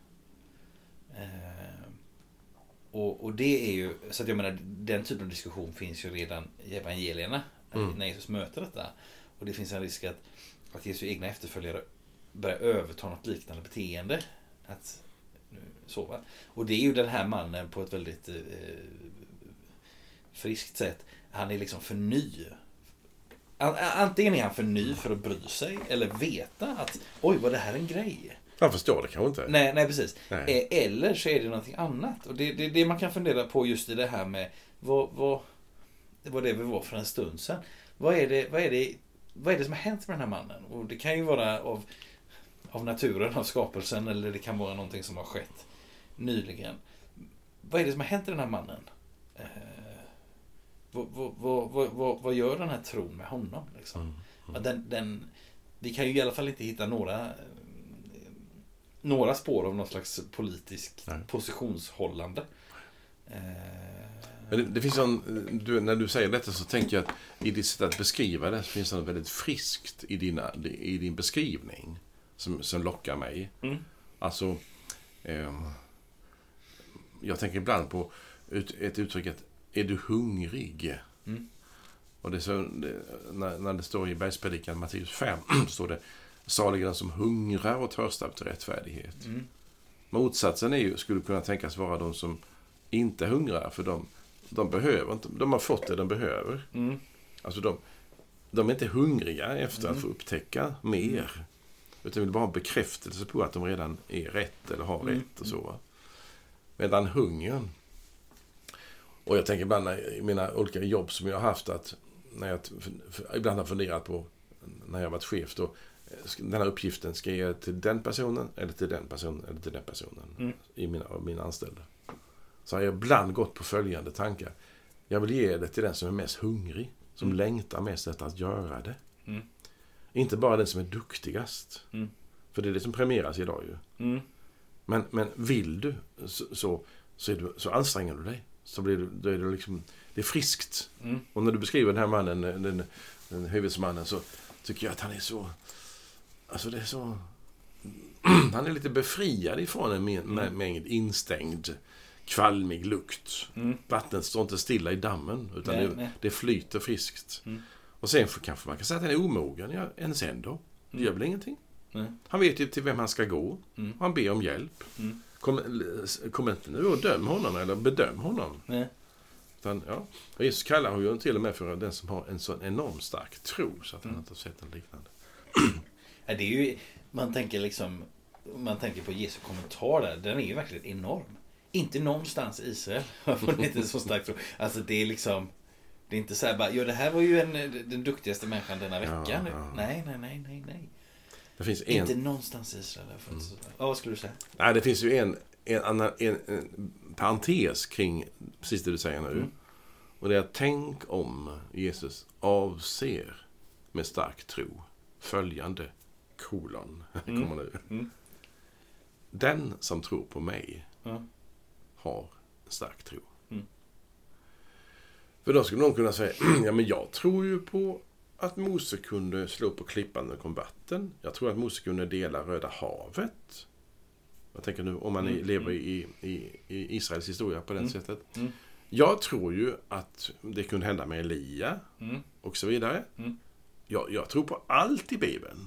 Speaker 2: Eh, och, och det är ju, så att jag menar, den typen av diskussion finns ju redan i evangelierna mm. när Jesus möter detta. Och det finns en risk att, att Jesu egna efterföljare börjar överta något liknande beteende. Att sova. Och det är ju den här mannen på ett väldigt eh, friskt sätt. Han är liksom för ny. Antingen är han för ny för att bry sig eller veta att oj, var det här en grej?
Speaker 1: Jag förstår det kanske inte.
Speaker 2: Nej, nej precis. Nej. Eller så är det någonting annat. Och det, det, det man kan fundera på just i det här med vad, vad, vad det var för en stund sedan. Vad är det, vad är det, vad är det som har hänt med den här mannen? Och det kan ju vara av, av naturen, av skapelsen, eller det kan vara någonting som har skett nyligen. Vad är det som har hänt i den här mannen? Eh, vad, vad, vad, vad, vad gör den här tron med honom? Liksom? Mm, mm. Den, den, vi kan ju i alla fall inte hitta några några spår av någon slags politisk Nej. positionshållande. Eh,
Speaker 1: Men det, det finns en, du, när du säger detta så tänker jag att i ditt sätt att beskriva det så finns det något väldigt friskt i, dina, i din beskrivning som, som lockar mig. Mm. Alltså, eh, jag tänker ibland på ut, ett uttryck att är du hungrig? Mm. Och det är så, det, när, när det står i Bergspredikan Matteus fem så står det saliga den som hungrar och törstar efter rättfärdighet. Mm. Motsatsen är ju, skulle kunna tänkas vara de som inte hungrar, för de, de behöver inte, de har fått det de behöver. Mm. Alltså de, de är inte hungriga efter mm. att få upptäcka mer. Mm. Utan vill bara ha bekräftelse på att de redan är rätt eller har mm. rätt och så. Medan hungern, Och jag tänker ibland i mina olika jobb som jag har haft att när jag för, ibland har funderat på när jag har varit chef då, den här uppgiften ska jag ge till den personen eller till den personen eller till den personen mm. i mina, mina anställda. Så har jag ibland gått på följande tankar. Jag vill ge det till den som är mest hungrig, som mm. längtar mest efter att göra det. Mm. Inte bara den som är duktigast. Mm. För det är det som premieras idag ju. Mm. Men, men vill du så, så, så, är du, så anstränger du dig. Så blir du, då är det liksom, det är friskt. Mm. Och när du beskriver den här mannen, den, den huvudmannen, så tycker jag att han är så, alltså det är så, han är lite befriad ifrån en mängd mm. instängd, kvalmig lukt. Mm. Vattnet står inte stilla i dammen, utan nej, det, nej. det flyter friskt. Mm. Och sen för, kanske man kan säga att han är omogen, ja, ens ändå. Det gör väl ingenting. Nej. Han vet ju till vem han ska gå. Mm. Och han ber om hjälp. Mm. Kom, kom inte nu och döm honom eller bedöm honom. Nej. Utan, ja, och Jesus kallar ju till och med för den som har en sån enorm stark tro så att han mm. inte har sett en liknande.
Speaker 2: Ja, det är ju, man tänker liksom, man tänker på Jesu kommentar där, den är ju verkligen enorm. Inte någonstans i Israel har funnit en så stark tro. Alltså det är liksom, det är inte så här bara, ja det här var ju en, den duktigaste människan denna vecka. Ja, ja. Nej, nej, nej, nej, nej.
Speaker 1: Det finns en...
Speaker 2: Inte någonstans i Israel har funnits mm. så. Ja, vad skulle du säga?
Speaker 1: Nej, det finns ju en, en, en, en, en parentes kring precis det du säger nu. Mm. Och det är att tänk om Jesus avser med stark tro följande kolon. Mm. Kommer nu. Mm. Den som tror på mig mm. har en stark tro. Mm. För då skulle någon kunna säga, ja men jag tror ju på att Mose kunde slå på klippan när det kom vatten. Jag tror att Mose kunde dela Röda havet. Jag tänker nu om man mm. lever i, i, i Israels historia på det mm. sättet. Mm. Jag tror ju att det kunde hända med Elia mm. och så vidare. Mm. Jag, jag tror på allt i Bibeln.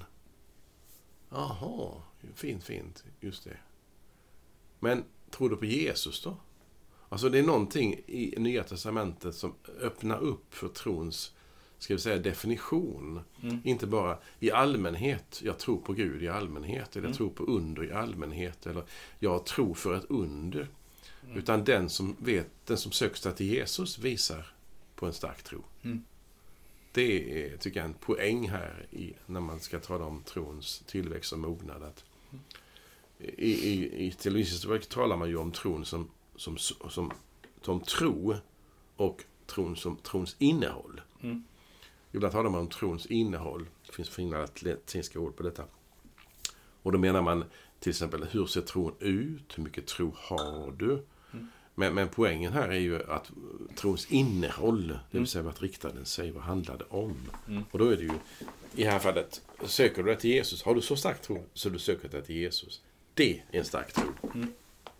Speaker 1: Jaha, fint, fint, just det. Men tror du på Jesus då? Alltså det är någonting i Nya Testamentet som öppnar upp för trons, ska vi säga, definition. Mm. Inte bara i allmänhet, jag tror på Gud i allmänhet, eller mm. jag tror på under i allmänhet, eller jag tror för ett under. Mm. Utan den som vet, den som söker sig till Jesus visar på en stark tro. Mm. Det är, tycker jag, en poäng här i, när man ska tala om trons tillväxt och mognad. Att mm. I, i, i teologisk talar man ju om tron som, som, som, som tro och tron som trons innehåll. Mm. Ibland talar man om trons innehåll. Det finns fina latinska ord på detta. Och då menar man till exempel, hur ser tron ut? Hur mycket tro har du? Mm. Men, men poängen här är ju att trons innehåll, det vill säga vad riktade den sig, vad handlade om. Mm. Och då är det ju, i det här fallet, söker du dig till Jesus. Har du så stark tro så du söker dig till Jesus. Det är en stark tro. Mm.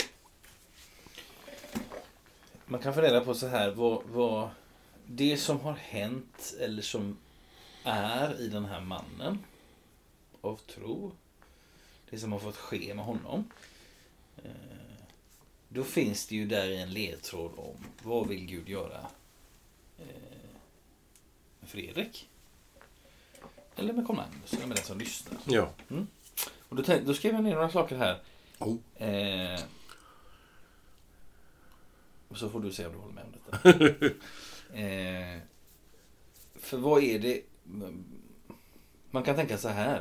Speaker 2: Man kan fundera på så här, vad, vad det som har hänt eller som är i den här mannen av tro, det som har fått ske med honom, då finns det ju där en ledtråd om vad vill Gud göra med Fredrik eller med Cornelius eller med den som lyssnar.
Speaker 1: Ja.
Speaker 2: Mm. Och då, tänk, då skrev jag ner några saker här. Oh. Eh, så får du se om du håller med om detta. eh, för vad är det... Man kan tänka så här.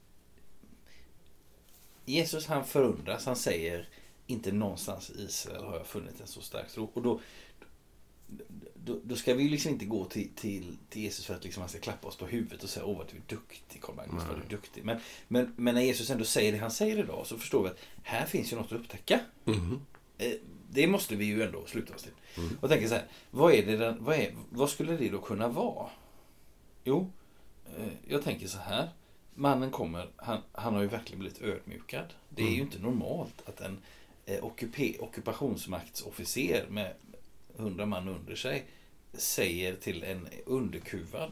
Speaker 2: Jesus, han förundras. Han säger, inte någonstans i Israel har jag funnit en så stark tro. Och då, då, då ska vi liksom inte gå till, till, till Jesus för att liksom han ska klappa oss på huvudet och säga, åh vad du är duktig, Carl Magnus, vad du är duktig. Men, men, men när Jesus ändå säger det han säger idag, så förstår vi att här finns ju något att upptäcka. Mm. Eh, det måste vi ju ändå sluta oss till. Mm. Och tänka så här, vad, är det den, vad, är, vad skulle det då kunna vara? Jo, eh, jag tänker så här. Mannen kommer, han, han har ju verkligen blivit ödmjukad. Det är mm. ju inte normalt att en eh, ockupe, ockupationsmaktsofficer med hundra man under sig säger till en underkuvad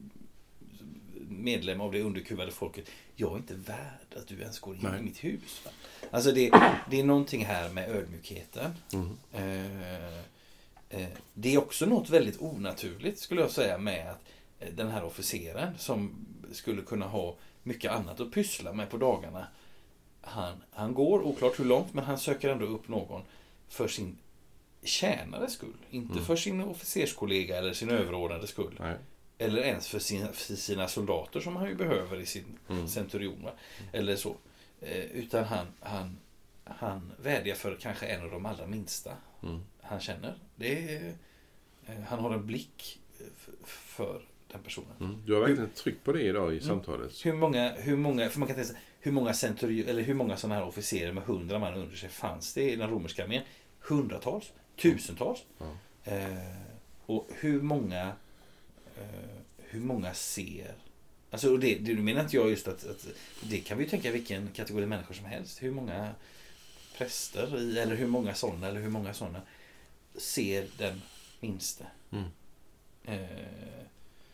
Speaker 2: medlem av det underkuvade folket, jag är inte värd att du ens går in Nej. i mitt hus. Va? Alltså det, det är någonting här med ödmjukheten. Mm. Eh, eh, det är också något väldigt onaturligt skulle jag säga med att eh, den här officeren som skulle kunna ha mycket annat att pyssla med på dagarna, han, han går oklart hur långt, men han söker ändå upp någon för sin tjänares skull. Inte
Speaker 1: Mm.
Speaker 2: för sin officerskollega eller sin överordnade skull.
Speaker 1: Nej.
Speaker 2: Eller ens för sina, för sina soldater som han ju behöver i sin
Speaker 1: Mm.
Speaker 2: centurion. Va? Eller så. Eh, utan han, han, han vädjar för kanske en av de allra minsta
Speaker 1: Mm.
Speaker 2: han känner. Det är, eh, han har en blick f- för den personen.
Speaker 1: Mm. Du har verkligen tryckt på det idag i
Speaker 2: Mm.
Speaker 1: samtalet.
Speaker 2: Hur många, hur många, för man kan tänka sig, hur många centurion, eller hur många sådana här officerer med hundra man under sig fanns det i den romerska armén? Hundratals? Tusentals?
Speaker 1: Ja.
Speaker 2: Eh, och hur många eh, hur många ser, alltså det, det menar inte jag just att, att det kan vi ju tänka vilken kategori människor som helst, hur många präster i, eller hur många sådana eller hur många sådana ser den minste.
Speaker 1: Mm.
Speaker 2: Eh,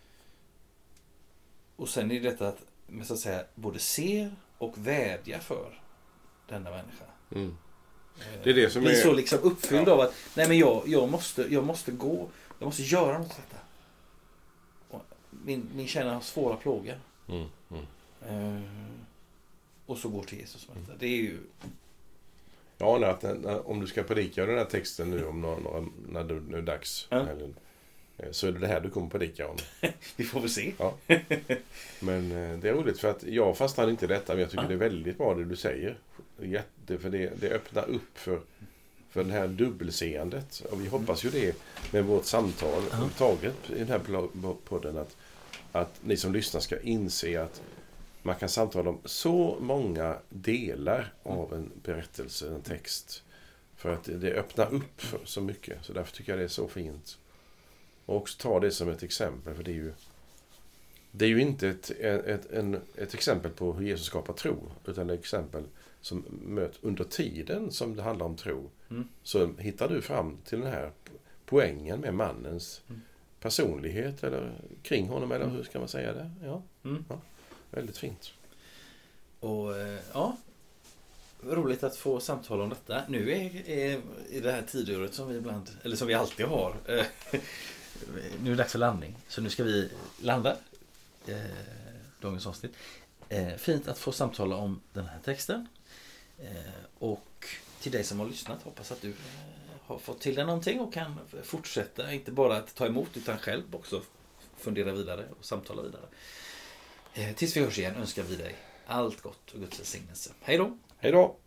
Speaker 2: och sen är det detta att, men så att säga, både ser och vädja för denna människa.
Speaker 1: Mm.
Speaker 2: Eh,
Speaker 1: Det är det som
Speaker 2: blir
Speaker 1: är-
Speaker 2: så liksom uppfylld
Speaker 1: Ja.
Speaker 2: av att nej men jag, jag, måste, jag måste gå, jag måste göra något åt detta. Och Min, min tjänare har svåra plågor.
Speaker 1: Mm. Mm.
Speaker 2: Eh, och så går till Jesus med detta. Det är ju
Speaker 1: Jag anar att när, om du ska predika den här texten nu om några, några, när det nu är dags
Speaker 2: Ja.
Speaker 1: eller, eh, så är det det här du kommer predika om.
Speaker 2: vi får väl se.
Speaker 1: Ja. Men eh, det är roligt för att jag fastnar inte i detta, men jag tycker
Speaker 2: Ja.
Speaker 1: det är väldigt bra det du säger. Jätte, för det, det öppnar upp för, för det här dubbelseendet. Och vi hoppas ju det med vårt samtal
Speaker 2: Ja.
Speaker 1: överhuvudtaget i den här pl- podden att, att ni som lyssnar ska inse att man kan samtala om så många delar av en berättelse, en text. För att det öppnar upp för så mycket. Så därför tycker jag det är så fint. Och också ta det som ett exempel, för det är ju det är ju inte ett, ett, en, ett exempel på hur Jesus skapar tro, utan ett exempel som möter under tiden som det handlar om tro.
Speaker 2: Mm.
Speaker 1: Så hittar du fram till den här poängen med mannens
Speaker 2: Mm.
Speaker 1: personlighet eller kring honom, eller hur ska man säga det? Ja,
Speaker 2: Mm.
Speaker 1: väldigt fint.
Speaker 2: Och eh, ja, roligt att få samtal om detta. Nu är, är i det här tidsåret som vi ibland, eller som vi alltid har. Eh, nu är det dags för landning. Så nu ska vi landa eh, dagens avsnitt. Eh, fint att få samtala om den här texten. Eh, och till dig som har lyssnat, hoppas att du eh, har fått till dig någonting och kan fortsätta, inte bara att ta emot utan själv också fundera vidare och samtala vidare. Eh, tills vi hörs igen önskar vi dig allt gott och Guds välsignelse. Hej då!
Speaker 1: Hej då!